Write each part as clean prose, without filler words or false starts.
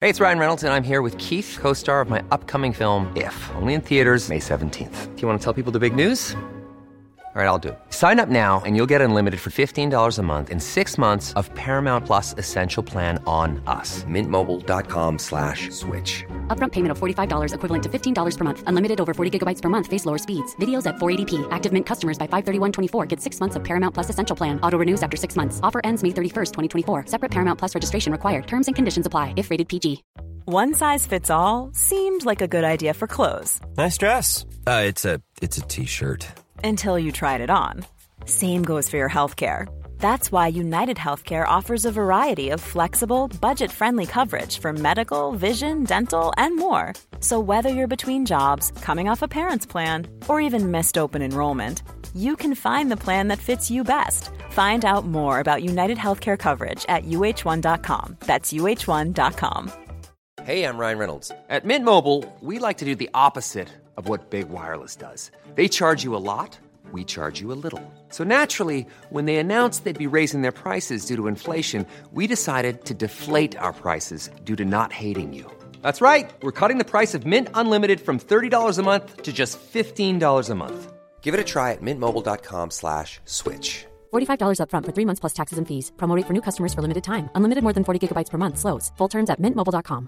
Hey, it's Ryan Reynolds, and I'm here with Keith, co-star of my upcoming film, If, only in theaters May 17th. Do you want to tell people the big news? All right, I'll do it. Sign up now and you'll get unlimited for $15 a month and 6 months of Paramount Plus Essential Plan on us. MintMobile.com/switch. Upfront payment of $45 equivalent to $15 per month. Unlimited over 40 gigabytes per month. Face lower speeds. Videos at 480p. Active Mint customers by 531.24 get 6 months of Paramount Plus Essential Plan. Auto renews after 6 months. Offer ends May 31st, 2024. Separate Paramount Plus registration required. Terms and conditions apply if rated PG. One size fits all seemed like a good idea for clothes. Nice dress. It's a t-shirt. Until you tried it on. Same goes for your healthcare. That's why United Healthcare offers a variety of flexible, budget-friendly coverage for medical, vision, dental, and more. So whether you're between jobs, coming off a parent's plan, or even missed open enrollment, you can find the plan that fits you best. Find out more about United Healthcare coverage at uh1.com. That's uh1.com. Hey, I'm Ryan Reynolds. At Mint Mobile, we like to do the opposite of what Big Wireless does. They charge you a lot, we charge you a little. So naturally, when they announced they'd be raising their prices due to inflation, we decided to deflate our prices due to not hating you. That's right. We're cutting the price of Mint Unlimited from $30 a month to just $15 a month. Give it a try at mintmobile.com/switch. $45 up front for 3 months plus taxes and fees. Promo rate for new customers for limited time. Unlimited more than 40 gigabytes per month. Slows full terms at mintmobile.com.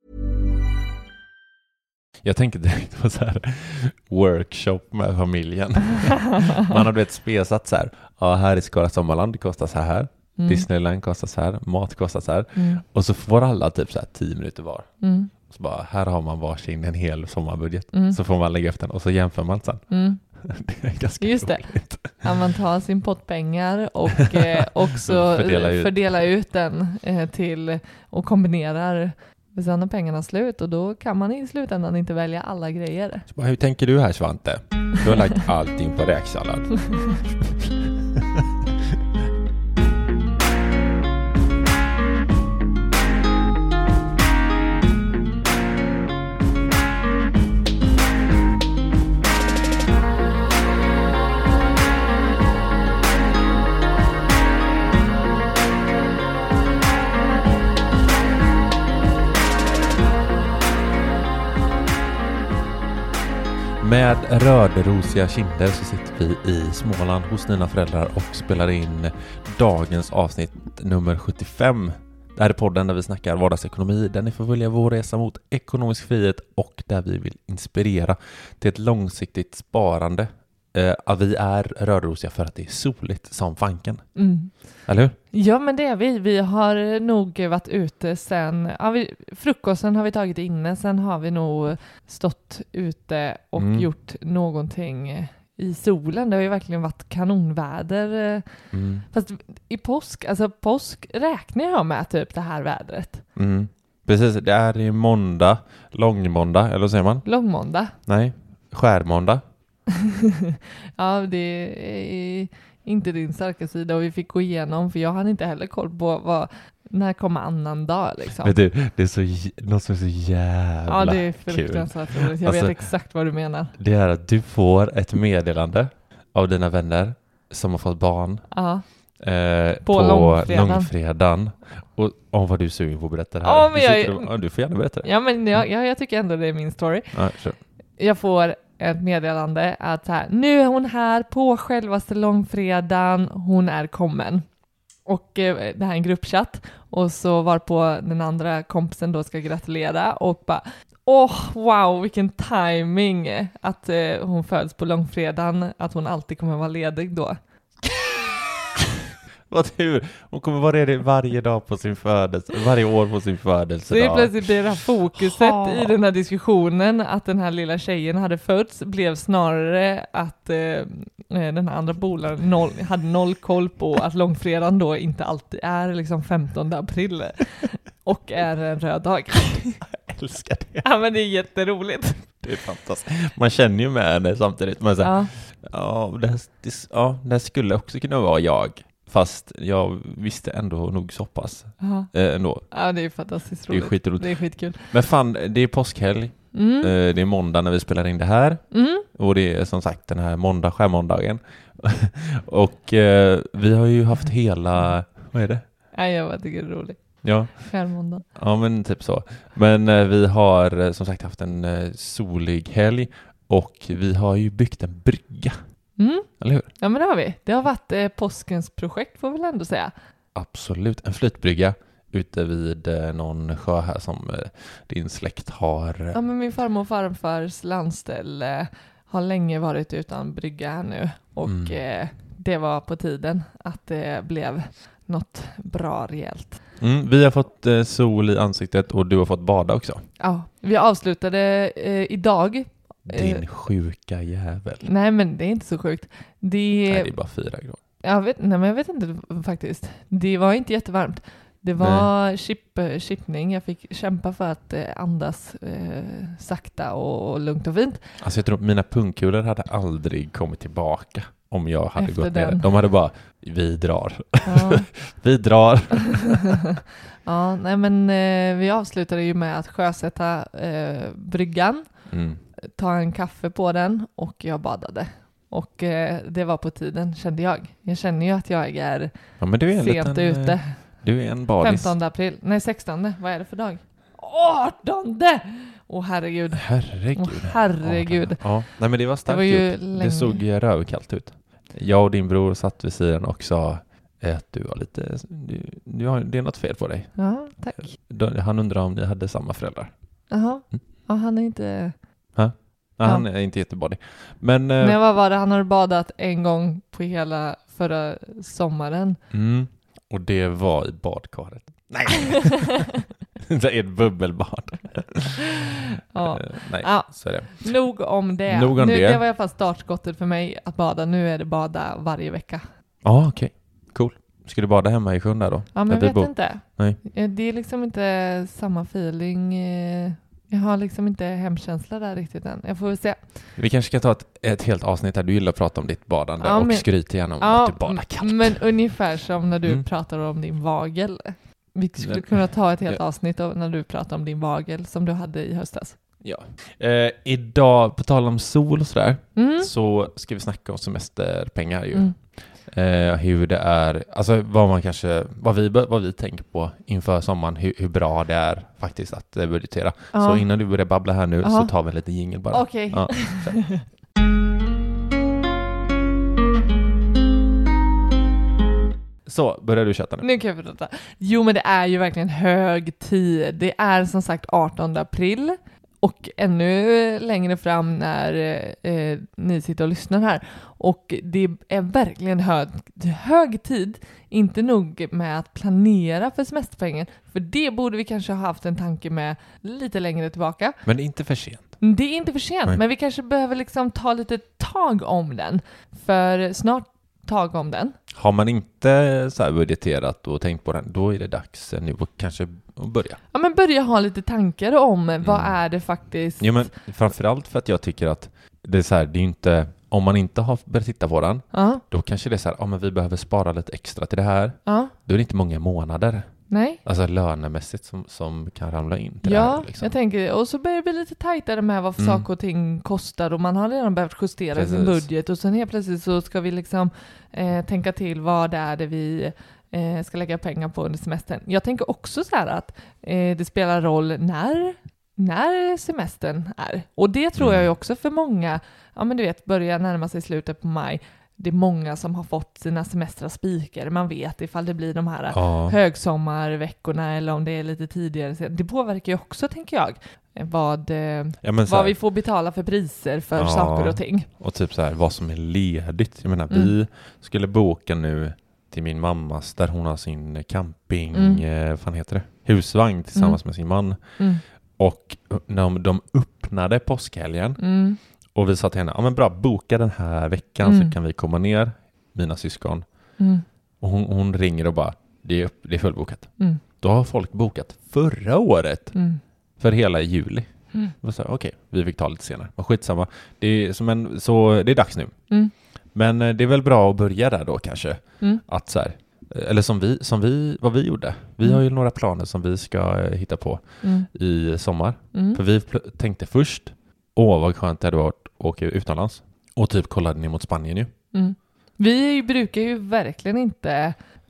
Jag tänker direkt på så här workshop med familjen. Man har spesat så här. Ja, här i Skara Sommarland kostar så här. Disneyland kostar så här. Mat kostar så här. Och så får alla typ så här 10 minuter var. Så bara, här har man varsin en hel sommarbudget. Så får man lägga efter den och så jämför man sen. Det är ganska just roligt. Det. Ja, man tar sin pott pengar och också fördela ut den till och kombinerar. För sen är pengarna slut och då kan man i slutändan inte välja alla grejer. Så bara, hur tänker du här, Svante? Du har lagt allting på räksallad. Med rödrosiga kinder så sitter vi i Småland hos mina föräldrar och spelar in dagens avsnitt nummer 75. Det här är podden där vi snackar vardagsekonomi, där ni får välja vår resa mot ekonomisk frihet och där vi vill inspirera till ett långsiktigt sparande. Vi är rödrosiga för att det är soligt som fanken. Eller hur? Ja, men det är vi. Vi har nog varit ute sen... frukosten har vi tagit inne. Sen har vi nog stått ute och gjort någonting i solen. Det har ju verkligen varit kanonväder. Fast i påsk räknar jag med typ det här vädret. Precis, det är i måndag. Långmåndag, eller vad säger man? Långmåndag. Nej, skärmåndag. Ja, det är inte din starka sida och vi fick gå igenom, för jag hade inte heller koll på när kommer annan dag liksom. Men det är något som är så jävla ja, det är fruktansvärt roligt. Jag vet exakt vad du menar. Det är att du får ett meddelande av dina vänner som har fått barn på långfredagen och om vad du är sugen på att berätta det här. Du får gärna berätta det. Ja, men jag tycker ändå det är min story. Ja, sure. Jag får ett meddelande att så här, nu är hon här på självaste långfredagen, hon är kommen. Och det här är en gruppchatt och så var på den andra kompisen då ska gratulera och bara, wow, vilken timing att hon föds på långfredagen, att hon alltid kommer vara ledig då. Vad tur. Hon kommer vara ledig varje dag på sin födelse, varje år på sin födelse. Så det är plötsligt det här fokuset i den här diskussionen att den här lilla tjejen hade fötts blev snarare att den här andra bolaren hade noll koll på att långfredagen då inte alltid är liksom 15 april och är en röd dag. Jag älskar det. Ja, men det är jätteroligt. Det är fantastiskt. Man känner ju med henne samtidigt. Man säger, det skulle också kunna vara jag. Fast jag visste ändå nog så pass. Ändå. Ja, det är fantastiskt roligt. Det är skitroligt. Det är skitkul. Men fan, det är påskhelg. Det är måndag när vi spelar in det här. Och det är som sagt den här skärmåndagen. Och vi har ju haft hela... Vad är det? Ja, jag tycker det är roligt. Ja. Skärmåndag. Ja, men typ så. Men vi har som sagt haft en solig helg och vi har ju byggt en brygga. Eller hur? Ja, men det har vi. Det har varit påskens projekt, får vi väl ändå säga. Absolut. En flytbrygga ute vid någon sjö här som din släkt har. Ja, men min farmor och farfars landställe har länge varit utan brygga här nu. Och det var på tiden att det blev något bra rejält. Vi har fått sol i ansiktet och du har fått bada också. Ja, vi avslutade idag. Din sjuka jävel. Nej, men det är inte så sjukt. Nej, det är bara 4 grader. Jag vet inte faktiskt. Det var inte jättevarmt. Det var chippning. Jag fick kämpa för att andas sakta och lugnt och fint. Alltså jag tror att mina pungkulor hade aldrig kommit tillbaka om jag hade Efter gått den. ner. De hade bara, vi drar. Ja. Vi drar. Ja, nej men vi avslutade ju med att sjösätta bryggan. Ta en kaffe på den och jag badade. Och det var på tiden, kände jag. Jag känner ju att jag är, men du är sent ute. Du är en badis. 15 april. Nej, 16. Vad är det för dag? 18! Herregud. Herregud. Ja, nej men det var starkt det var ju gjort. länge. Det såg rövkallt ut. Jag och din bror satt vid sidan och sa att du var lite... det är något fel på dig. Ja, tack. Han undrar om ni hade samma föräldrar. Jaha. Ja, han är inte... Ja, han är inte jättebadig. Men... Nej, vad var det? Han har badat en gång på hela förra sommaren. Och det var i badkaret. Nej! Det är ett bubbelbad. Ja. Nej, ja. så är det. Nog om det. Det var i alla fall startskottet för mig att bada. Nu är det bada varje vecka. Ja, okej. Cool. Ska du bada hemma i sjön där då? Ja, men jag vet inte. Nej. Det är liksom inte samma feeling. Jag har liksom inte hemkänsla där riktigt än. Jag får väl se. Vi kanske ska ta ett helt avsnitt där du gillar att prata om ditt badande och skryta igenom att du badar kallt. Men ungefär som när du pratar om din vagel. Vi skulle kunna ta ett helt avsnitt när du pratar om din vagel som du hade i höstas. Ja. Idag, på tal om sol och sådär, så ska vi snacka om semesterpengar ju. Hur det är, alltså vad vi tänker på inför sommaren, hur bra det är faktiskt att budgetera. Så innan du börjar babbla här nu så tar vi en liten jingle bara. Okej. Ja, så börjar du chatta nu. Nu kan jag berätta. Jo, men det är ju verkligen hög tid. Det är som sagt 18 april. Och ännu längre fram när ni sitter och lyssnar här. Och det är verkligen hög tid. Inte nog med att planera för semesterpengen. För det borde vi kanske ha haft en tanke med lite längre tillbaka. Men det är inte för sent. Det är inte för sent. Nej. Men vi kanske behöver liksom ta lite tag om den. För snart tag om den. Har man inte så här budgeterat och tänkt på den, då är det dags nu att kanske börja. Ja, men börja ha lite tankar om vad är det faktiskt. Ja, men framförallt för att jag tycker att det är så här, det är ju inte, om man inte har börjat titta på den, då kanske det är så här, men vi behöver spara lite extra till det här. Då är det inte många månader. Nej. Alltså lönemässigt som kan ramla in till det här. Liksom. Jag tänker, och så börjar det bli lite tajtare med vad saker och ting kostar och man har redan behövt justera sin budget och sen helt plötsligt så ska vi liksom tänka till vad det är det vi ska lägga pengar på under semestern. Jag tänker också så här att det spelar roll när semestern är. Och det tror jag ju också för många, ja men du vet, börjar närma sig slutet på maj. Det är många som har fått sina semestrar spikar. Man vet ifall det blir de här högsommarveckorna eller om det är lite tidigare. Det påverkar ju också, tänker jag, vad vi får betala för priser för saker och ting. Och typ så här, vad som är ledigt. Jag menar, vi skulle boka nu till min mammas där hon har sin camping, vad heter det? Husvagn tillsammans med sin man. Och när de öppnade påskhelgen och vi sa till henne, men bra, boka den här veckan så kan vi komma ner, mina syskon. Och hon ringer och bara, det är fullbokat. Då har folk bokat förra året för hela juli. Okej, vi fick ta lite senare. Men skitsamma. Det är det är dags nu. Men det är väl bra att börja där då kanske. Att så här, eller vad vi gjorde. Vi har ju några planer som vi ska hitta på i sommar. För vi tänkte först, vad skönt det hade varit att åka utomlands. Och typ kollade ner mot Spanien ju. Vi brukar ju verkligen inte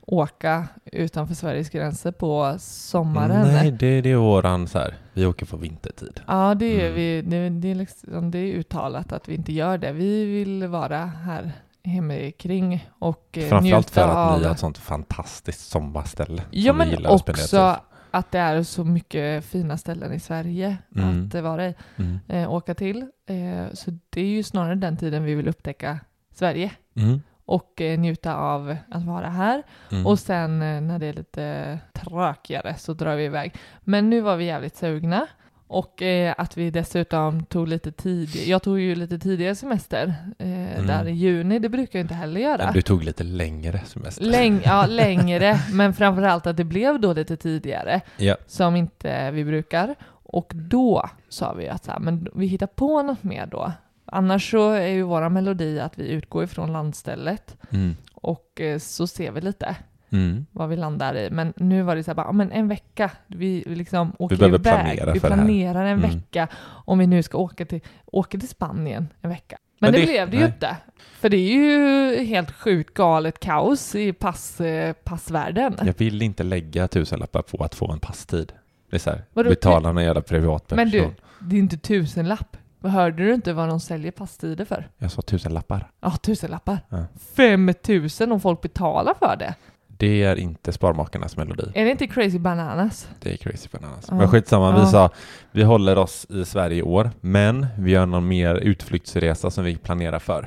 åka utanför Sveriges gränser på sommaren. Nej, det är våran så här. Vi åker på vintertid. Ja, det gör vi. Det är uttalat att vi inte gör det. Vi vill vara här hemikring och framförallt för att av... ni har ett sånt fantastiskt sommarställe. Ja, men att också att det är så mycket fina ställen i Sverige att vara i, åka till. Så det är ju snarare den tiden vi vill upptäcka Sverige. Och njuta av att vara här. Och sen när det är lite tråkigare så drar vi iväg. Men nu var vi jävligt sugna. Och att vi dessutom tog lite tidigare. Jag tog ju lite tidigare semester. Där i juni. Det brukar jag inte heller göra. Du tog lite längre semester. Längre. Men framförallt att det blev då lite tidigare. Ja. Som inte vi brukar. Och då sa vi att så här, men vi hittar på något mer då. Annars så är ju våra melodi att vi utgår ifrån landstället och så ser vi lite vad vi landar i. Men nu var det så här bara, men en vecka. Vi liksom åker iväg. Vi planerar en vecka om vi nu ska åka till Spanien en vecka. Men det blev det ju inte. För det är ju helt sjukt galet kaos i passvärlden. Jag vill inte lägga 1000-lappar på att få en passtid. Det är så här, betala en jävla privatperson. Men du, det är inte 1000-lapp. Hörde du inte vad de säljer passtider för? Jag sa 1000-lappar. Ja, 1000-lappar. Ja. 5000 om folk betalar för det. Det är inte Sparmakarnas melodi. Är det inte Crazy Bananas? Det är Crazy Bananas. Men skitsamma, vi sa vi håller oss i Sverige i år, men vi gör någon mer utflyktsresa som vi planerar för.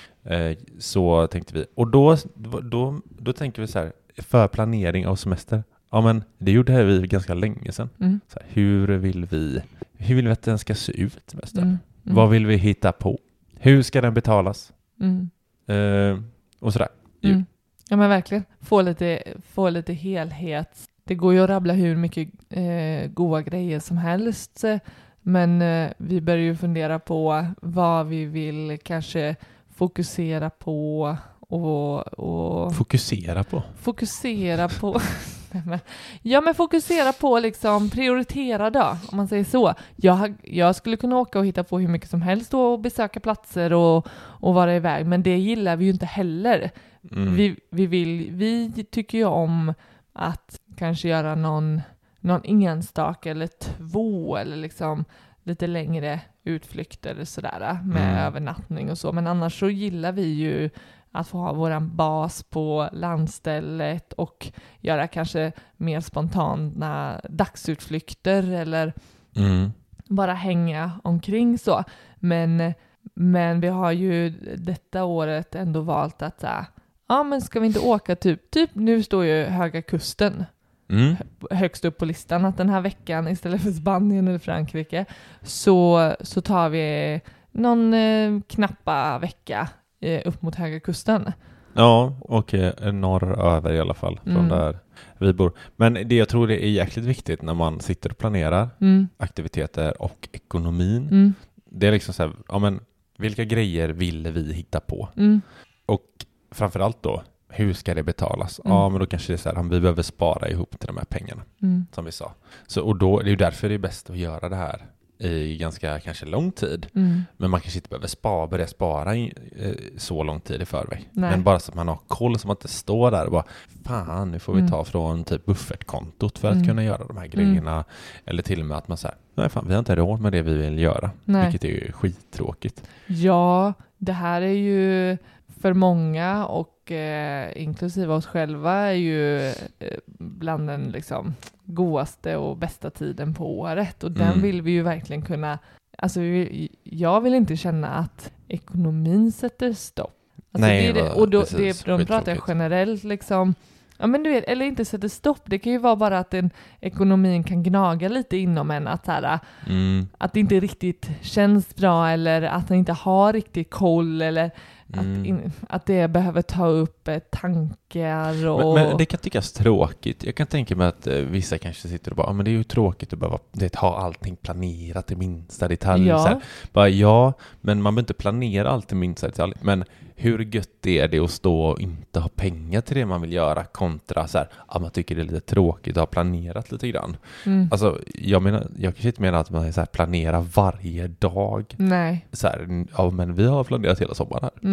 Så tänkte vi. Och då tänker vi så här, för planering av semester. Ja, men det gjorde vi ganska länge sedan. Så här, hur vill vi att den ska se ut semester? Vad vill vi hitta på? Hur ska den betalas? Och sådär. Ja, men verkligen. Få lite helhet. Det går ju att rabbla hur mycket goda grejer som helst. Men vi börjar ju fundera på vad vi vill kanske fokusera på. Fokusera på? Men fokusera på liksom prioritera då, om man säger så. Jag skulle kunna åka och hitta på hur mycket som helst och besöka platser och vara iväg, men det gillar vi ju inte heller. Vi tycker ju om att kanske göra någon enstaka eller 2 eller liksom lite längre utflykter sådär med övernattning och så, men annars så gillar vi ju att få ha våran bas på landstället och göra kanske mer spontana dagsutflykter eller bara hänga omkring så. Men vi har ju detta året ändå valt att men ska vi inte åka typ nu står ju Höga Kusten högst upp på listan, att den här veckan istället för Spanien eller Frankrike så tar vi någon knappa vecka upp mot Höga Kusten. Ja, och norröver i alla fall från där vi bor. Men det jag tror det är jäkligt viktigt när man sitter och planerar aktiviteter och ekonomin. Det är liksom så här, ja men vilka grejer vill vi hitta på? Och framförallt då, hur ska det betalas? Ja, men då kanske det är så här, vi behöver spara ihop till de här pengarna som vi sa. Så, och då, det är ju därför det är bäst att göra det här i ganska kanske lång tid. Men man kanske inte behöver börja spara så lång tid i förväg. Nej. Men bara så att man har koll, så man inte står där och bara fan, nu får vi ta från typ buffertkontot för att kunna göra de här grejerna. Eller till och med att man säger, nej fan, vi har inte råd med det vi vill göra. Nej. Vilket är ju skittråkigt. Ja, det här är ju för många och inklusive oss själva är ju bland den liksom godaste och bästa tiden på året, och den vill vi ju verkligen kunna, alltså jag vill inte känna att ekonomin sätter stopp. Alltså nej, de pratar generellt liksom, ja men du vet, eller inte sätter stopp, det kan ju vara bara att ekonomin kan gnaga lite inom en, att att det inte riktigt känns bra, eller att man inte har riktigt koll, eller att det behöver ta upp tankar. Och... Men det kan tyckas tråkigt. Jag kan tänka mig att vissa kanske sitter och bara, men det är ju tråkigt att behöva ha allting planerat i minsta detalj. Ja. Så här, bara, men man behöver inte planera allt i minsta detalj. Men hur gött är det att stå och inte ha pengar till det man vill göra kontra så här, man tycker det är lite tråkigt att ha planerat lite grann. Alltså, jag kanske inte menar att man så här, planerar varje dag. Nej. Så här, men vi har planerat hela sommaren här.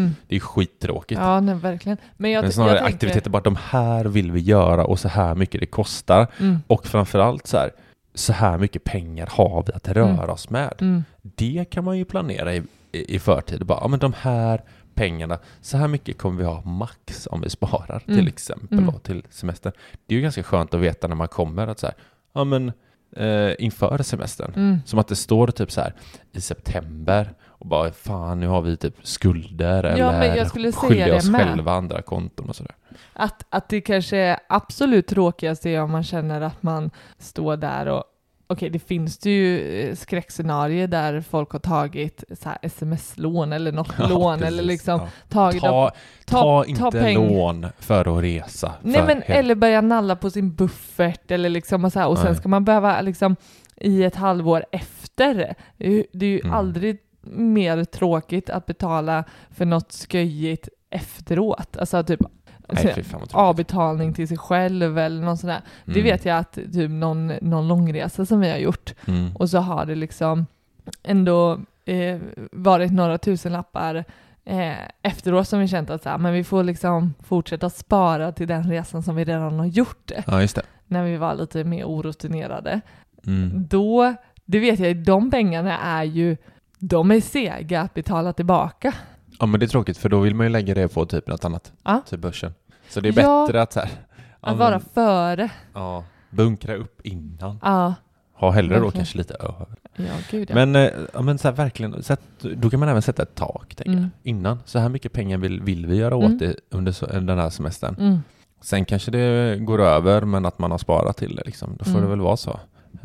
Det är skittråkigt. Ja, nej, verkligen. Men snarare aktiviteter, bara de här vill vi göra och så här mycket det kostar. Och framförallt så här mycket pengar har vi att röra oss med. Det kan man ju planera i förtid. Bara, men de här pengarna, så här mycket kommer vi ha max om vi sparar till exempel då, till semestern. Det är ju ganska skönt att veta när man kommer att så här, inför semestern. Som att det står typ så här i september och bara fan, nu har vi typ skulder eller skyldiga oss själva andra konton och sådär. Att det kanske är absolut tråkigast är om man känner att man står där och okej, det finns ju skräckscenarier där folk har tagit så här sms-lån eller något lån eller liksom tagit ta inte lån för att resa. Eller börja nalla på sin buffert eller liksom och så här, och sen ska man behöva liksom i ett halvår efter. Det är ju aldrig mer tråkigt att betala för något sköjigt efteråt. Alltså typ avbetalning till sig själv eller något sådär. Det vet jag att typ någon långresa som vi har gjort och så har det liksom ändå varit några tusenlappar efteråt som vi känt att så här, men vi får liksom fortsätta spara till den resan som vi redan har gjort. Ja, just det. När vi var lite mer orutinerade. Då, det vet jag, de pengarna de är sega att betala tillbaka. Ja, men det är tråkigt för då vill man ju lägga det på typ något annat. Typ börsen. Så det är bättre att så här, att vara före. Ja, bunkra upp innan. Ja. Ha hellre då kanske lite över. Ja, gud ja. Men så här, verkligen, då kan man även sätta ett tak innan. Så här mycket pengar vill vi göra åt det under den här semestern. Sen kanske det går över, men att man har sparat till det liksom. Då får det väl vara så.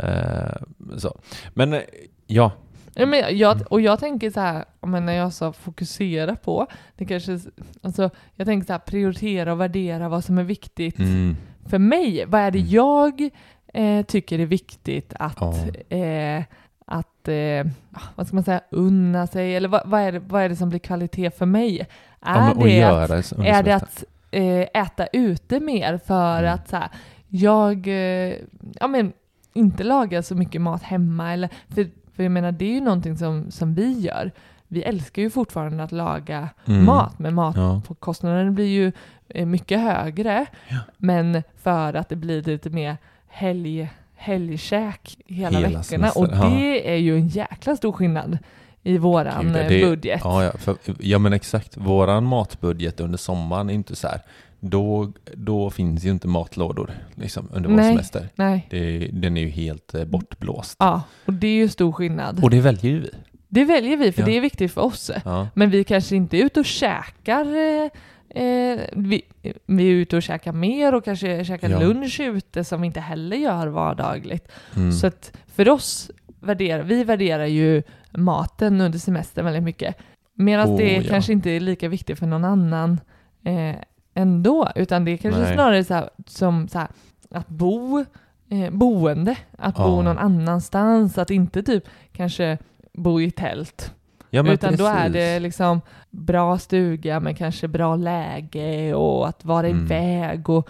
Men ja. Jag tänker så här, när jag sa fokusera på, det kanske, alltså, jag tänker så här, prioritera och värdera vad som är viktigt för mig. Vad är det jag tycker är viktigt att vad ska man säga, unna sig, eller vad är det som blir kvalitet för mig? Är det att äta ute mer för att så här, jag inte laga så mycket mat hemma, eller för jag menar, det är ju någonting som vi gör. Vi älskar ju fortfarande att laga mat, men matkostnaden blir ju mycket högre. Ja. Men för att det blir lite mer helgkäk hela veckorna. Semester. Och det är ju en jäkla stor skillnad i våran budget. Ja, men exakt. Våran matbudget under sommaren är inte så här. Då finns ju inte matlådor liksom, under vår semester. Nej. Den är ju helt bortblåst. Ja, och det är ju stor skillnad. Och det väljer ju vi. Det väljer vi, för det är viktigt för oss. Ja. Men vi kanske inte är ute och käkar. Vi är ute och käkar mer och kanske käkar lunch ute som vi inte heller gör vardagligt. Så att för oss värderar ju maten under semestern väldigt mycket. Medan det kanske inte är lika viktigt för någon annan ändå, utan det är kanske snarare så här, som så här, att boende, att bo någon annanstans, att inte typ kanske bo i tält. Ja, utan precis. Då är det liksom bra stuga med kanske bra läge och att vara iväg och...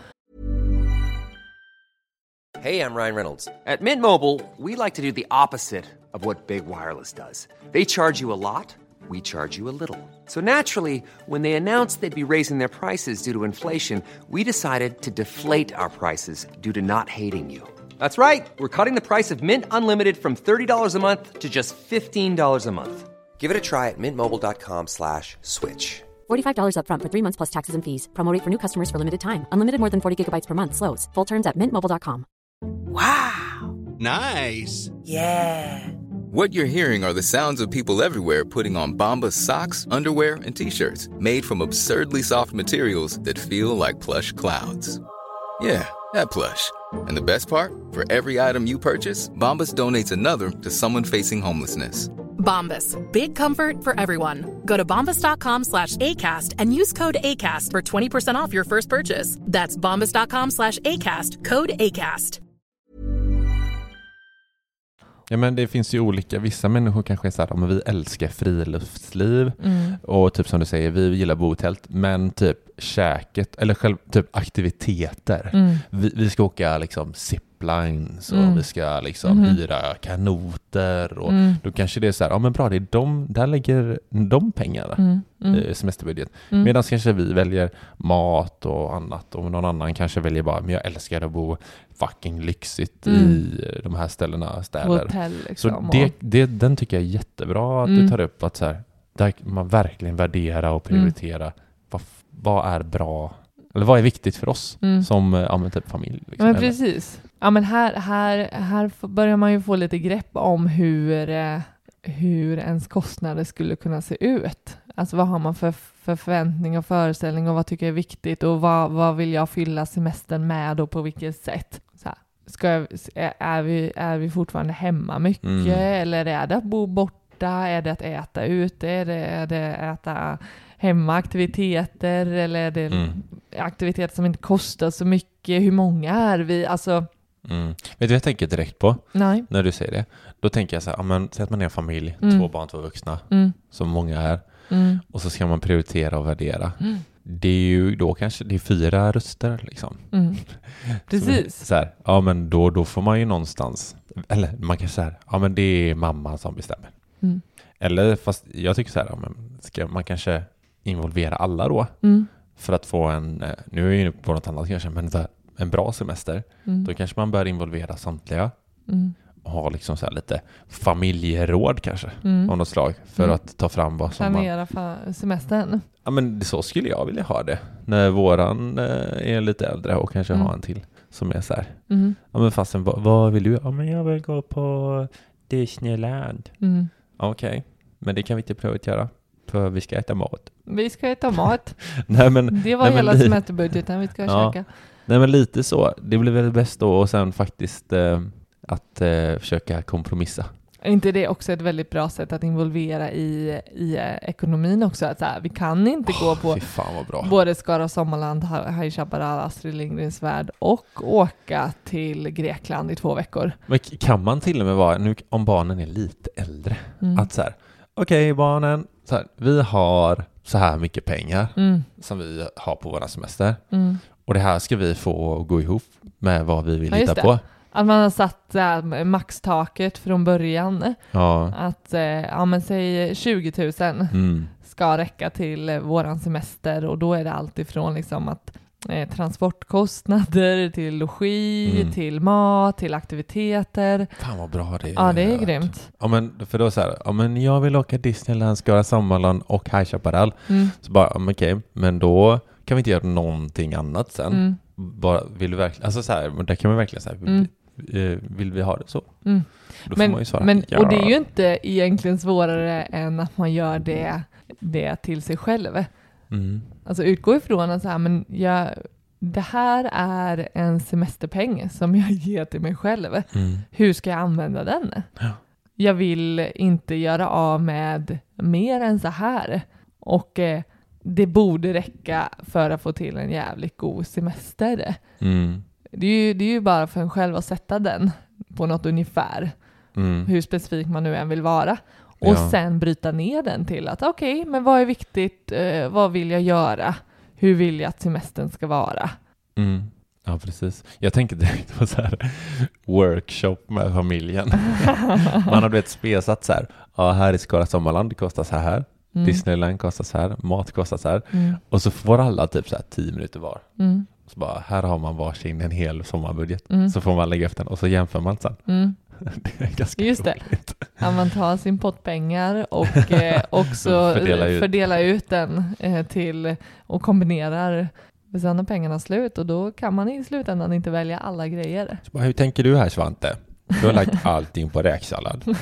Hey, I'm Ryan Reynolds. At Mint Mobile, we like to do the opposite of what Big Wireless does. They charge you a lot. We charge you a little. So naturally, when they announced they'd be raising their prices due to inflation, we decided to deflate our prices due to not hating you. That's right. We're cutting the price of Mint Unlimited from $30 a month to just $15 a month. Give it a try at mintmobile.com/switch. $45 up front for 3 months plus taxes and fees. Promo rate for new customers for limited time. Unlimited more than 40 gigabytes per month. Slows full terms at mintmobile.com. Wow. Nice. Yeah. What you're hearing are the sounds of people everywhere putting on Bombas socks, underwear, and T-shirts made from absurdly soft materials that feel like plush clouds. Yeah, that plush. And the best part? For every item you purchase, Bombas donates another to someone facing homelessness. Bombas, big comfort for everyone. Go to bombas.com/ACAST and use code ACAST for 20% off your first purchase. That's bombas.com/ACAST, code ACAST. Ja, men det finns ju olika, vissa människor kanske är så här, men vi älskar friluftsliv och typ som du säger, vi gillar bo i tält, men typ käket eller själv typ aktiviteter. Vi ska åka liksom ziplines och vi ska liksom hyra kanoter och då kanske det är så här, ja men bra, det är där lägger de pengarna i semesterbudget. Medan kanske vi väljer mat och annat och någon annan kanske väljer bara, men jag älskar att bo fucking lyxigt i de här städer. Hotell liksom. Så den tycker jag är jättebra att du tar upp, att så här, där man verkligen värderar och prioriterar vad är bra, eller vad är viktigt för oss som typ familj. Liksom, men precis. Ja, men här börjar man ju få lite grepp om hur ens kostnader skulle kunna se ut. Alltså vad har man för förväntning och föreställning och vad tycker jag är viktigt och vad vill jag fylla semestern med och på vilket sätt. Så här, är vi fortfarande hemma mycket eller är det att bo borta, är det att äta ute, är det äta hemmaaktiviteter eller är det aktiviteter som inte kostar så mycket, hur många är vi, alltså. Vet du vad jag tänker direkt på? Nej. När du säger det? Då tänker jag så här, säg att man är en familj, 2 barn, 2 vuxna, som många är. Och så ska man prioritera och värdera. Det är ju då kanske det är 4 röster liksom. Precis. Så här, ja men då får man ju någonstans, eller man kan säga, ja men det är mamma som bestämmer. Eller fast jag tycker så här, ja, men ska man kanske involvera alla då för att få nu är jag inne på något annat kanske, men en bra semester, då kanske man bör involvera samtliga och ha liksom så här lite familjeråd kanske av något slag för att ta fram vad som planera semestern. Ja men så skulle jag vilja ha det när våran är lite äldre och kanske ha en till som är så här. Ja men fastän vad vill du? Ja men jag vill gå på Disneyland. Okej. Men det kan vi inte prioritera. För vi ska äta mat. Vi ska äta mat. Det var hela semesterbudgeten vi ska käka. Nej men lite så. Det blir väl bäst då och sen faktiskt att försöka kompromissa. Är inte det också ett väldigt bra sätt att involvera i ekonomin också? Att så här, vi kan inte gå på både Skara Sommarland, High Chaparral, Astrid Lindgrens Värld och åka till Grekland i 2 veckor. Men kan man till och med vara, nu om barnen är lite äldre, att så här, okej, barnen, så här, vi har så här mycket pengar som vi har på våra semester. Och det här ska vi få gå ihop med vad vi vill hitta på. Att man har satt maxtaket från början. Ja. Att men säg 20 000 ska räcka till våran semester. Och då är det allt ifrån liksom att transportkostnader till logi, till mat, till aktiviteter. Fan vad bra det är. Ja, det är grymt. Ja, men för då så här, ja men jag vill åka Disneyland, Skara Sommarland och High Chaparral. Så bara, okej, men då kan vi inte göra någonting annat sen. Bara, vill du verkligen, alltså så här, men där kan man verkligen säga, vill vi ha det så? Då får man ju svara, ja. Och det är ju inte egentligen svårare än att man gör det till sig själv. Alltså utgå ifrån att så här, men det här är en semesterpeng som jag ger till mig själv. Hur ska jag använda den? Ja. Jag vill inte göra av med mer än så här. Och det borde räcka för att få till en jävligt god semester. Det är ju bara för en själv att sätta den på något ungefär. Hur specifik man nu än vill vara. Och sen bryta ner den till att okej, men vad är viktigt? Vad vill jag göra? Hur vill jag att semestern ska vara? Ja, precis. Jag tänker direkt på så här workshop med familjen. Man har spesat så här. Ja, här i Skara Sommarland det kostar så här. Disneyland kostar så här. Mat kostar så här. Och så får alla typ så här 10 minuter var. Så bara, här har man varsin en hel sommarbudget. Så får man lägga efter den och så jämför man sen. Det är ganska just roligt. Det. Att man tar sin pottpengar och också fördela ut den till och kombinerar. Sen är pengarna slut och då kan man i slutändan inte välja alla grejer. Så bara, hur tänker du här Svante? Du har lagt allting på räksallad.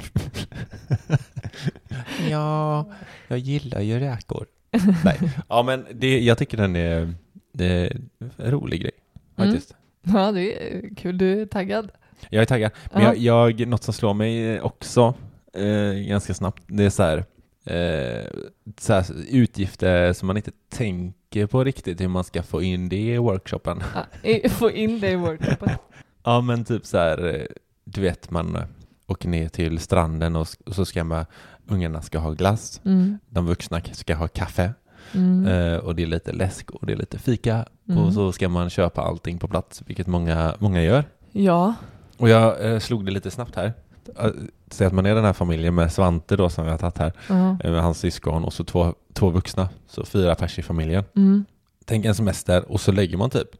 Ja, jag gillar ju räkor. Nej. Ja, men jag tycker den är en rolig grej faktiskt. Ja, det är kul. Du är taggad. Jag är taggad. Men jag något som slår mig också ganska snabbt, det är så här utgifter som man inte tänker på riktigt hur man ska få in det i workshopen. Få in det i workshopen. Ja, men typ så här, du vet, man åker ner till stranden och så ska ungarna ska ha glass. De vuxna ska ha kaffe. Och det är lite läsk och det är lite fika. Och så ska man köpa allting på plats, vilket många gör. Ja. Och jag slog det lite snabbt här. Säg att man är den här familjen med Svante då som vi har tagit här. Med hans syskon och så två vuxna. Så 4 pers i familjen. Tänk en semester och så lägger man typ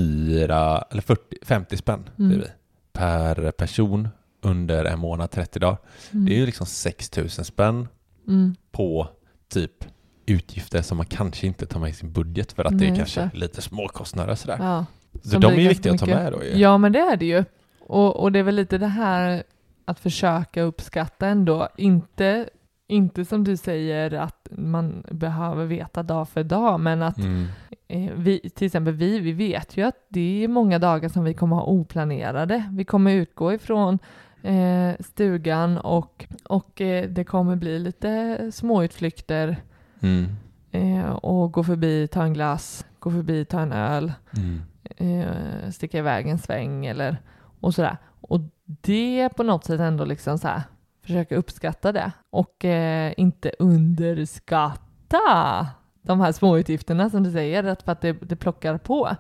50 spänn per person under en månad, 30 dagar. Det är ju liksom 6 000 spänn på typ utgifter som man kanske inte tar med i sin budget för att det är kanske lite småkostnader sådär. Ja. Så de är ju viktiga att ta med då. Ja, men det är det ju. Och det är väl lite det här att försöka uppskatta ändå. Inte som du säger att man behöver veta dag för dag, men att vi, till exempel vi vet ju att det är många dagar som vi kommer ha oplanerade. Vi kommer utgå ifrån stugan och det kommer bli lite småutflykter och gå förbi, ta en glass, gå förbi, ta en öl, sticka iväg en sväng eller och sådär. Och det på något sätt ändå liksom så här, försöka uppskatta det och inte underskatta de här småutgifterna som du säger, för att det plockar på.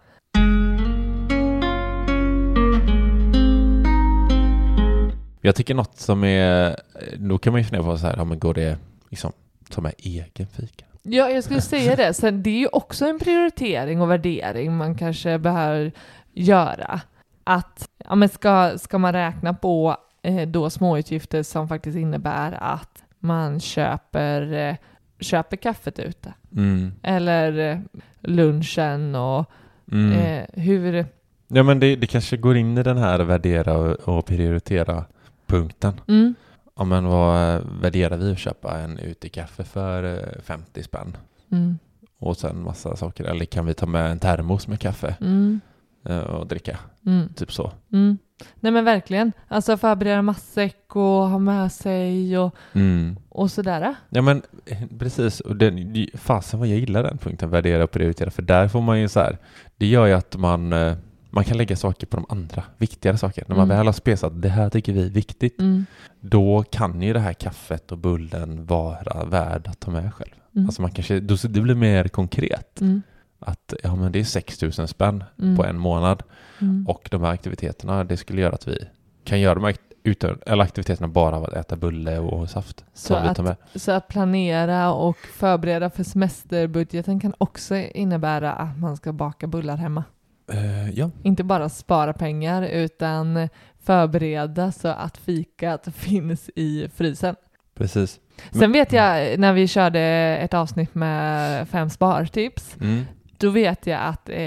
Jag tycker något som är, då kan man ju fundera på så här, ja, men går det liksom som är egen fika? Ja, jag skulle säga det. Sen det är ju också en prioritering och värdering man kanske behöver göra. Att ja, men ska man räkna på då småutgifter som faktiskt innebär att man köper kaffet ute. Eller lunchen och hur... Ja, men det kanske går in i den här värdera och prioritera punkten. Ja, men vad värderar vi att köpa en utekaffe för 50 spänn? Och sen massa saker. Eller kan vi ta med en termos med kaffe och dricka? Typ så. Nej, men verkligen. Alltså förbereda matsäck och ha med sig och sådär. Ja, men precis. Och fasen vad jag gillar den punkten, värdera och prioritera. För där får man ju så här, det gör ju att man kan lägga saker på de andra, viktigare saker. När man väl har spesat, det här tycker vi är viktigt. Då kan ju det här kaffet och bullen vara värd att ta med själv. Alltså man kanske, det blir mer konkret. Att ja, men det är 6 000 spänn på en månad. Och de här aktiviteterna, det skulle göra att vi kan göra de här aktiviteterna bara av att äta bulle och saft. Så att planera och förbereda för semesterbudgeten kan också innebära att man ska baka bullar hemma. Ja. Inte bara spara pengar utan förbereda så att fikat finns i frysen. Precis. Sen vet jag när vi körde ett avsnitt med 5 spartips. Då vet jag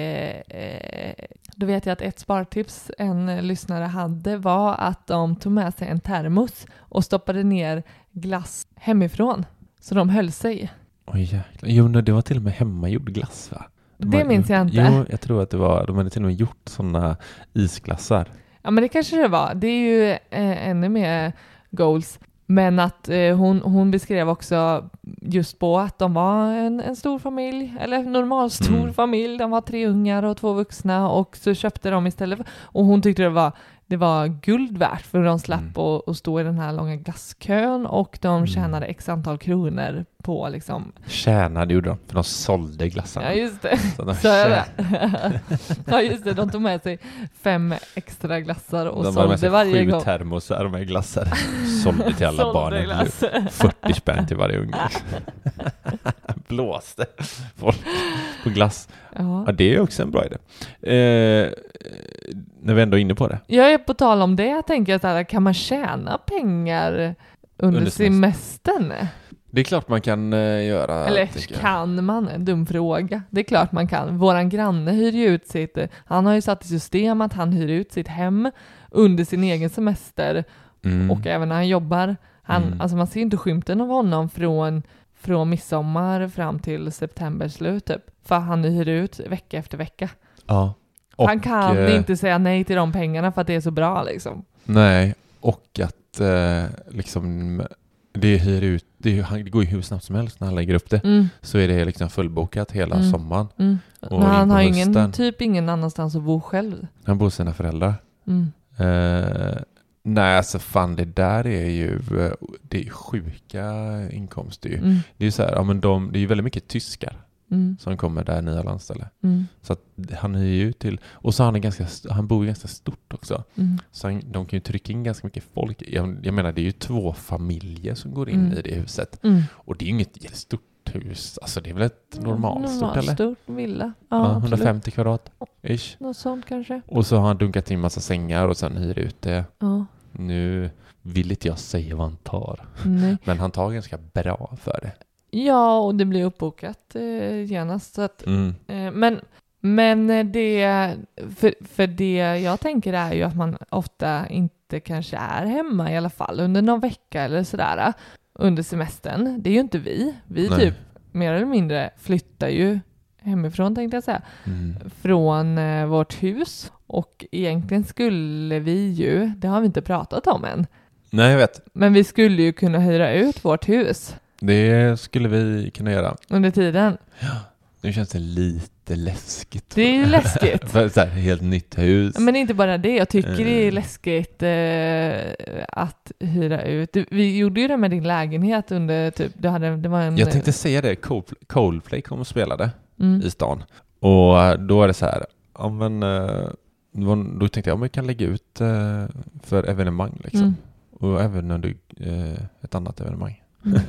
att ett spartips en lyssnare hade var att de tog med sig en termos och stoppade ner glass hemifrån. Så de höll sig. Oj jäklar. Jo, det var till och med hemmagjord glass, va? Det minns jag inte. Jo, jag tror att de hade till och med gjort sådana isglassar. Ja, men det kanske det var. Det är ju ännu mer goals. Men att hon beskrev också just på att de var en stor familj, eller normal stor familj. De var 3 ungar och 2 vuxna och så köpte de istället. Och hon tyckte det var guld värt för de slapp att stå i den här långa glasskön och de tjänade x antal kronor på liksom... Tjänade gjorde de, för de sålde glassarna. Ja, just det. Så är det. Ja, just det. De tog med sig 5 extra glassar och de sålde varje gång. 7 termosar med glassar. Sålde till alla barnen. 40 spänn till varje unge. Blåste folk på glass. Ja, det är också en bra idé. När vi ändå är inne på det. Jag är på tal om det. Jag tänker så här, kan man tjäna pengar under semestern? Det är klart man kan göra. Eller kan man? En dum fråga. Det är klart man kan. Våran granne hyr ju ut sitt... Han har ju satt i system att han hyr ut sitt hem under sin egen semester. Och även när han jobbar. Alltså man ser inte skymten av honom från midsommar fram till september slut typ. För han hyr ut vecka efter vecka. Ja. Och han kan inte säga nej till de pengarna för att det är så bra liksom. Nej, och att liksom det hyr ut, det går ju hur snabbt som helst när han lägger upp det. Så är det liksom fullbokat hela sommaren. Och men han har ingen annanstans att bo själv. Han bor hos sina föräldrar. Nej, alltså fan, det där är ju det är sjuka inkomster ju. Det är ju så här, ja, men det är ju väldigt mycket tyskar som kommer där nya landställe. Så att han är ju till, och så han bor ju ganska stort också. Så de kan ju trycka in ganska mycket folk. Jag menar, det är ju 2 familjer som går in i det huset. Och det är ju inget jättestort hus. Alltså det är väl ett normalstort eller? Stort villa. Ja, 150 kvadrat ish. Något sånt kanske. Och så har han dunkat in massa sängar och sen hyr ut det. Ja. Nu vill inte jag säga vad han tar. Nej. Men han tar ganska bra för det. Ja, och det blir uppbokat genast. Så att, men det, för det jag tänker är ju att man ofta inte kanske är hemma i alla fall under någon vecka eller sådär under semestern. Det är ju inte vi. Vi typ mer eller mindre flyttar ju hemifrån, tänkte jag säga, från vårt hus. Och egentligen skulle vi ju, det har vi inte pratat om än. Nej, jag vet. Men vi skulle ju kunna hyra ut vårt hus. Det skulle vi kunna göra. Under tiden. Ja, nu känns det lite läskigt. Det är ju läskigt. För ett helt nytt hus. Men inte bara det, jag tycker det är läskigt att hyra ut. Vi gjorde ju det med din lägenhet under typ, det var en... Jag tänkte säga det, Coldplay kom och spelade i stan. Och då är det så här, ja men då tänkte jag, om vi kan lägga ut för evenemang liksom. Och även under ett annat evenemang.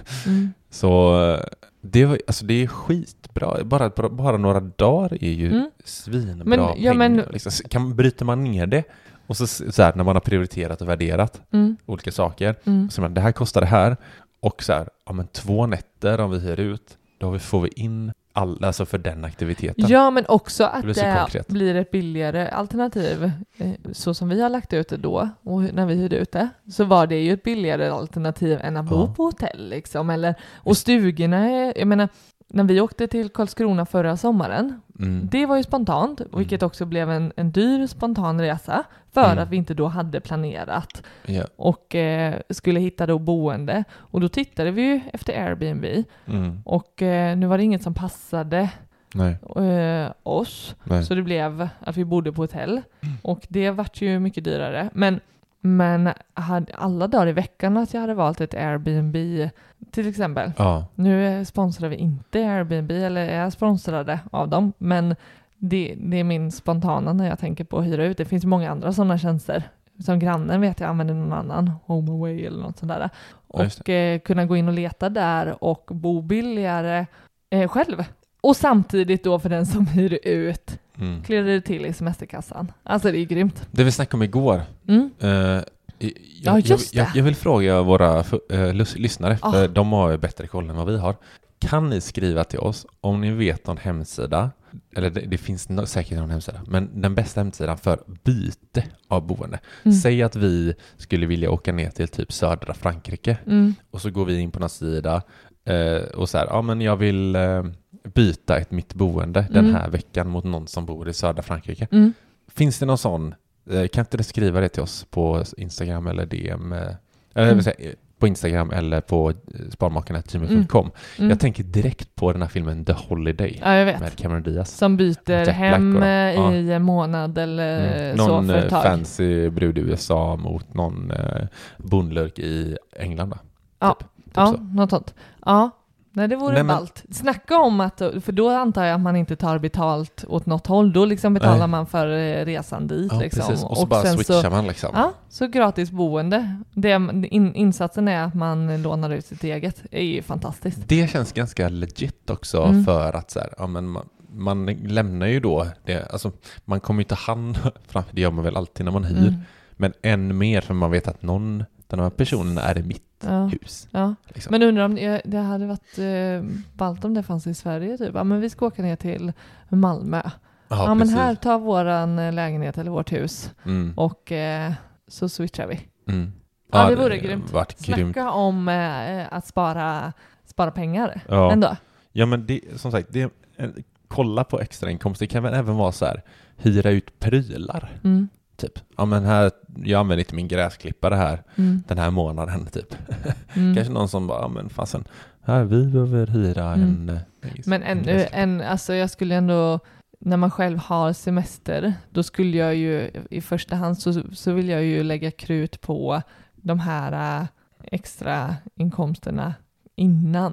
Så det är skitbra. Bara några dagar är ju svinbra pengar. Liksom. Bryter man ner det och så här, när man har prioriterat och värderat olika saker. Så det här kostar det här. Och så här, ja men 2 nätter om vi hyr ut, då får vi in alltså för den aktiviteten. Ja, men också att det blir ett billigare alternativ. Så som vi har lagt ut det då, och när vi hyrde ut det, så var det ju ett billigare alternativ än att bo på hotell liksom. Och stugorna, jag menar, när vi åkte till Karlskrona förra sommaren, det var ju spontant, vilket också blev en dyr spontan resa för att vi inte då hade planerat och skulle hitta då boende. Och då tittade vi ju efter Airbnb och nu var det inget som passade oss. Så det blev att vi bodde på hotell och det vart ju mycket dyrare. Men hade alla dagar i veckan att jag hade valt ett Airbnb till exempel. Nu sponsrar vi inte Airbnb eller är sponsrade av dem, men det är min spontana när jag tänker på att hyra ut. Det finns många andra sådana tjänster. Som grannen vet jag använder någon annan, HomeAway eller något sånt där. Och kunna gå in och leta där och bo billigare själv. Och samtidigt då för den som hyr ut klirrar det till i semesterkassan. Alltså det är grymt. Det vi snackade om igår. Jag vill fråga våra lyssnare, för de har ju bättre koll än vad vi har. Kan ni skriva till oss om ni vet någon hemsida, eller det finns säkert någon hemsida, men den bästa hemsidan för byte av boende. Säg att vi skulle vilja åka ner till typ södra Frankrike och så går vi in på någon sida och så här, ja men jag vill byta mitt boende den här veckan mot någon som bor i södra Frankrike. Finns det någon sån? Kan inte du skriva det till oss på Instagram eller DM? På Instagram eller på sparmakarna@gmail.com. Jag tänker direkt på den här filmen The Holiday med Cameron Diaz. Som byter hem i en månad eller någon så för ett tag. Fancy brud i USA mot någon bondlurk i England då. Något sånt. Ja. Nej, det vore ballt. Snacka om att, för då antar jag att man inte tar betalt åt något håll. Då liksom betalar man för resan dit. Ja, liksom. Precis. Och så bara switchar man liksom. Ja, så gratis boende. Insatsen är att man lånar ut sitt eget. Det är ju fantastiskt. Det känns ganska legit också för att så här, ja, men man lämnar ju då det, alltså man kommer ju ta hand fram, det gör man väl alltid när man hyr. Men än mer för man vet att den här personen är i mitt hus. Ja. Liksom. Men undrar om det hade varit ballt om det fanns i Sverige typ. Ja, men vi ska åka ner till Malmö. Ja, men här tar våran lägenhet eller vårt hus och så switchar vi. Ja, det vore grymt. Snacka om att spara pengar ändå. Ja, men det, som sagt, kolla på extrainkomst. Det kan väl även vara så här, hyra ut prylar. Typ. Ja, men här, jag använder inte min gräsklippare här den här månaden typ. Kanske någon som bara, ja men fasen, här vi behöver hyra en. Men alltså jag skulle ändå, när man själv har semester, då skulle jag ju i första hand så vill jag ju lägga krut på de här extra inkomsterna innan.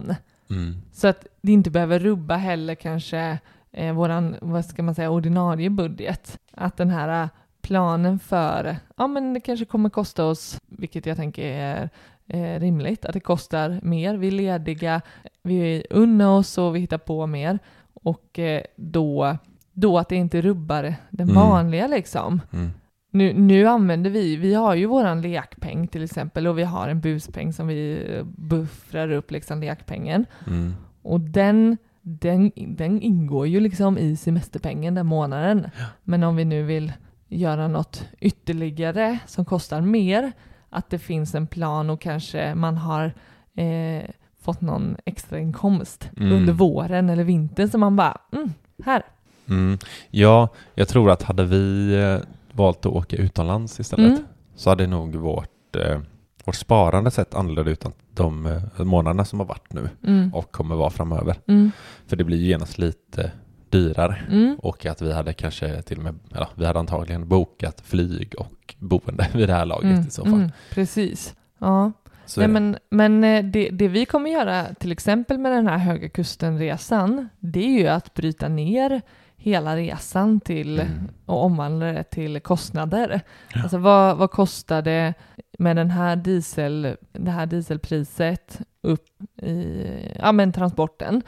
Så att det inte behöver rubba heller kanske våran, vad ska man säga, ordinarie budget. Att den här planen för, men det kanske kommer kosta oss, vilket jag tänker är rimligt, att det kostar mer. Vi är lediga, vi unnar oss och vi hittar på mer. Och då att det inte rubbar den vanliga liksom. Nu använder vi har ju våran lekpeng till exempel, och vi har en buspeng som vi buffrar upp liksom lekpengen. Och den ingår ju liksom i semesterpengen den månaden. Men om vi nu vill göra något ytterligare som kostar mer, att det finns en plan och kanske man har fått någon extra inkomst under våren eller vintern, så man bara, här. Ja, jag tror att hade vi valt att åka utomlands istället, så hade nog vårt sparande sett annorlunda ut än de månaderna som har varit nu och kommer vara framöver. För det blir ju genast lite dyrare. Och att vi hade kanske till och med, vi hade antagligen bokat flyg och boende vid det här laget i så fall. Precis. Ja. Men det vi kommer göra till exempel med den här Höga Kusten-resan, det är ju att bryta ner hela resan till och omvandla det till kostnader. Alltså vad kostar det med det här dieselpriset upp i transporten?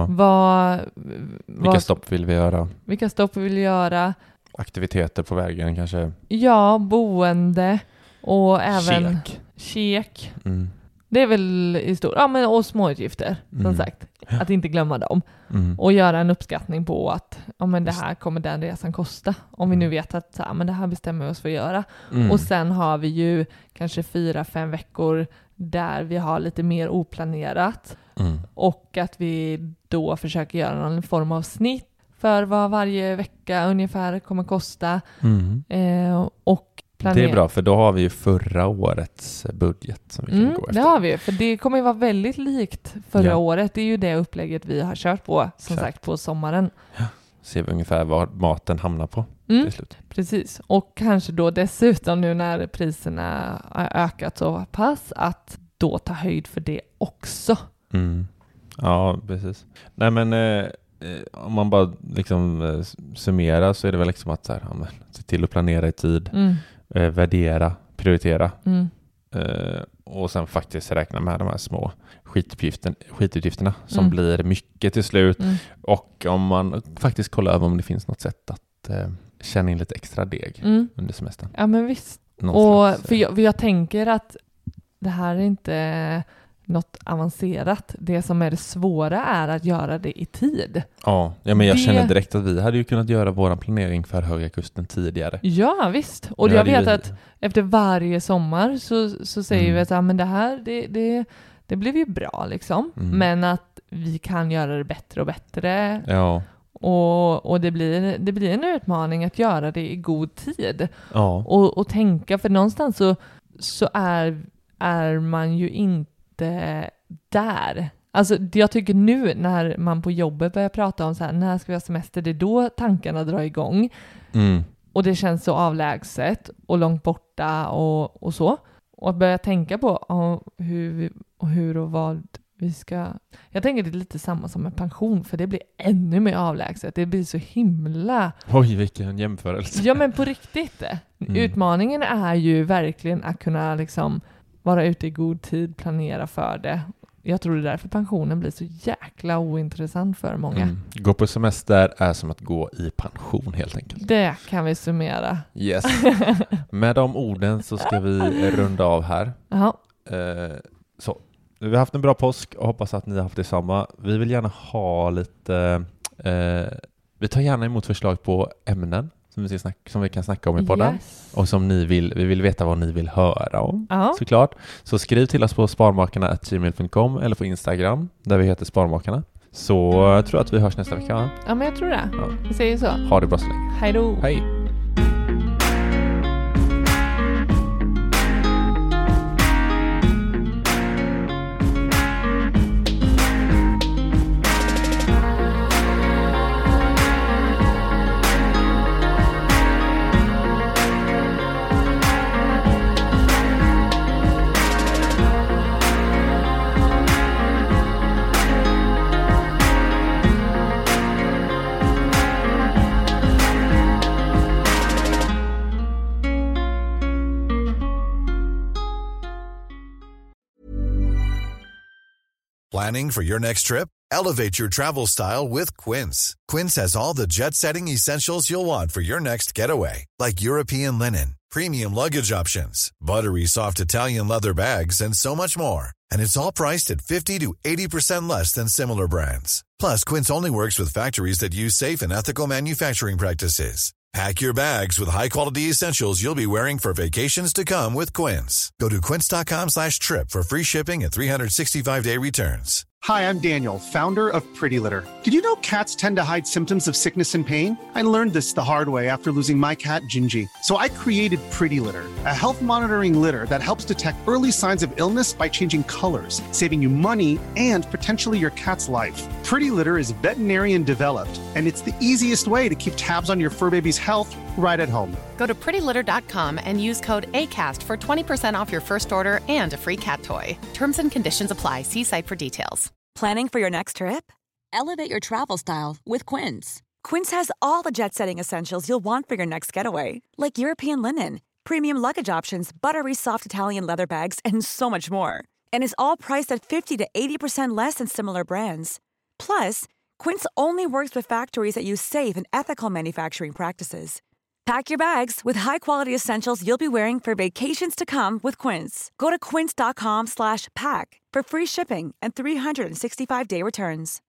Vilka stopp vill vi göra? Vilka stopp vill vi göra? Aktiviteter på vägen kanske? Ja, boende och även kek. Det är väl i stor, och småutgifter som sagt. Att inte glömma dem. Och göra en uppskattning på att det här kommer den resan kosta. Om vi nu vet att det här bestämmer vi oss för att göra. Och sen har vi ju kanske 4-5 veckor där vi har lite mer oplanerat. Och att vi då försöker göra någon form av snitt för vad varje vecka ungefär kommer kosta. Och planera. Det är bra, för då har vi ju förra årets budget som vi kan gå efter. Det har vi, för det kommer ju vara väldigt likt förra året. Det är ju det upplägget vi har kört på, som sagt, på sommaren. Ja. Ser vi ungefär vad maten hamnar på till slut. Precis, och kanske då dessutom nu när priserna har ökat så pass, att då ta höjd för det också. Ja, precis. Nej, men om man bara liksom summerar, så är det väl liksom att se till att planera i tid, värdera, prioritera och sen faktiskt räkna med de här små skitutgifterna som blir mycket till slut. Och om man faktiskt kollar över om det finns något sätt att tjäna in lite extra deg under semestern. Ja, men visst. För jag tänker att det här är inte något avancerat. Det som är det svåra är att göra det i tid. Ja, men jag känner direkt att vi hade ju kunnat göra vår planering för Höga Kusten tidigare. Ja, visst. Och jag vet att efter varje sommar så säger vi att men det här, det blev ju bra liksom. Men att vi kan göra det bättre och bättre. Ja. Och det blir en utmaning att göra det i god tid. Ja. Och tänka, för någonstans så är man ju inte där. Alltså jag tycker nu när man på jobbet börjar prata om så här, när ska vi ha semester, det är då tankarna drar igång. Och det känns så avlägset och långt borta och så. Och att börja tänka på hur och vad vi ska... Jag tänker det är lite samma som med pension, för det blir ännu mer avlägset. Det blir så himla... Oj, vilken jämförelse. Ja, men på riktigt. Utmaningen är ju verkligen att kunna liksom vara ute i god tid, planera för det. Jag tror det är därför pensionen blir så jäkla ointressant för många. Gå på semester är som att gå i pension helt enkelt. Det kan vi summera. Yes. Med de orden så ska vi runda av här. Så, vi har haft en bra påsk och hoppas att ni har haft detsamma. Vi vill gärna ha lite... vi tar gärna emot förslag på ämnen som vi kan snacka om i podden. Yes. Och som vi vill veta vad ni vill höra om, såklart. Så skriv till oss på sparmakarna@gmail.com eller på Instagram där vi heter Sparmakarna. Så jag tror att vi hörs nästa vecka. Ja, men jag tror det. Ja. Vi säger så. Ha det bra så länge. Hej då. Hej. Planning for your next trip? Elevate your travel style with Quince. Quince has all the jet-setting essentials you'll want for your next getaway, like European linen, premium luggage options, buttery soft Italian leather bags, and so much more. And it's all priced at 50 to 80% less than similar brands. Plus, Quince only works with factories that use safe and ethical manufacturing practices. Pack your bags with high-quality essentials you'll be wearing for vacations to come with Quince. Go to quince.com/trip for free shipping and 365-day returns. Hi, I'm Daniel, founder of Pretty Litter. Did you know cats tend to hide symptoms of sickness and pain? I learned this the hard way after losing my cat, Gingy. So I created Pretty Litter, a health monitoring litter that helps detect early signs of illness by changing colors, saving you money and potentially your cat's life. Pretty Litter is veterinarian developed, and it's the easiest way to keep tabs on your fur baby's health right at home. Go to prettylitter.com and use code ACAST for 20% off your first order and a free cat toy. Terms and conditions apply. See site for details. Planning for your next trip? Elevate your travel style with Quince. Quince has all the jet-setting essentials you'll want for your next getaway, like European linen, premium luggage options, buttery soft Italian leather bags, and so much more. And is all priced at 50 to 80% less than similar brands. Plus, Quince only works with factories that use safe and ethical manufacturing practices. Pack your bags with high-quality essentials you'll be wearing for vacations to come with Quince. Go to quince.com/pack for free shipping and 365-day returns.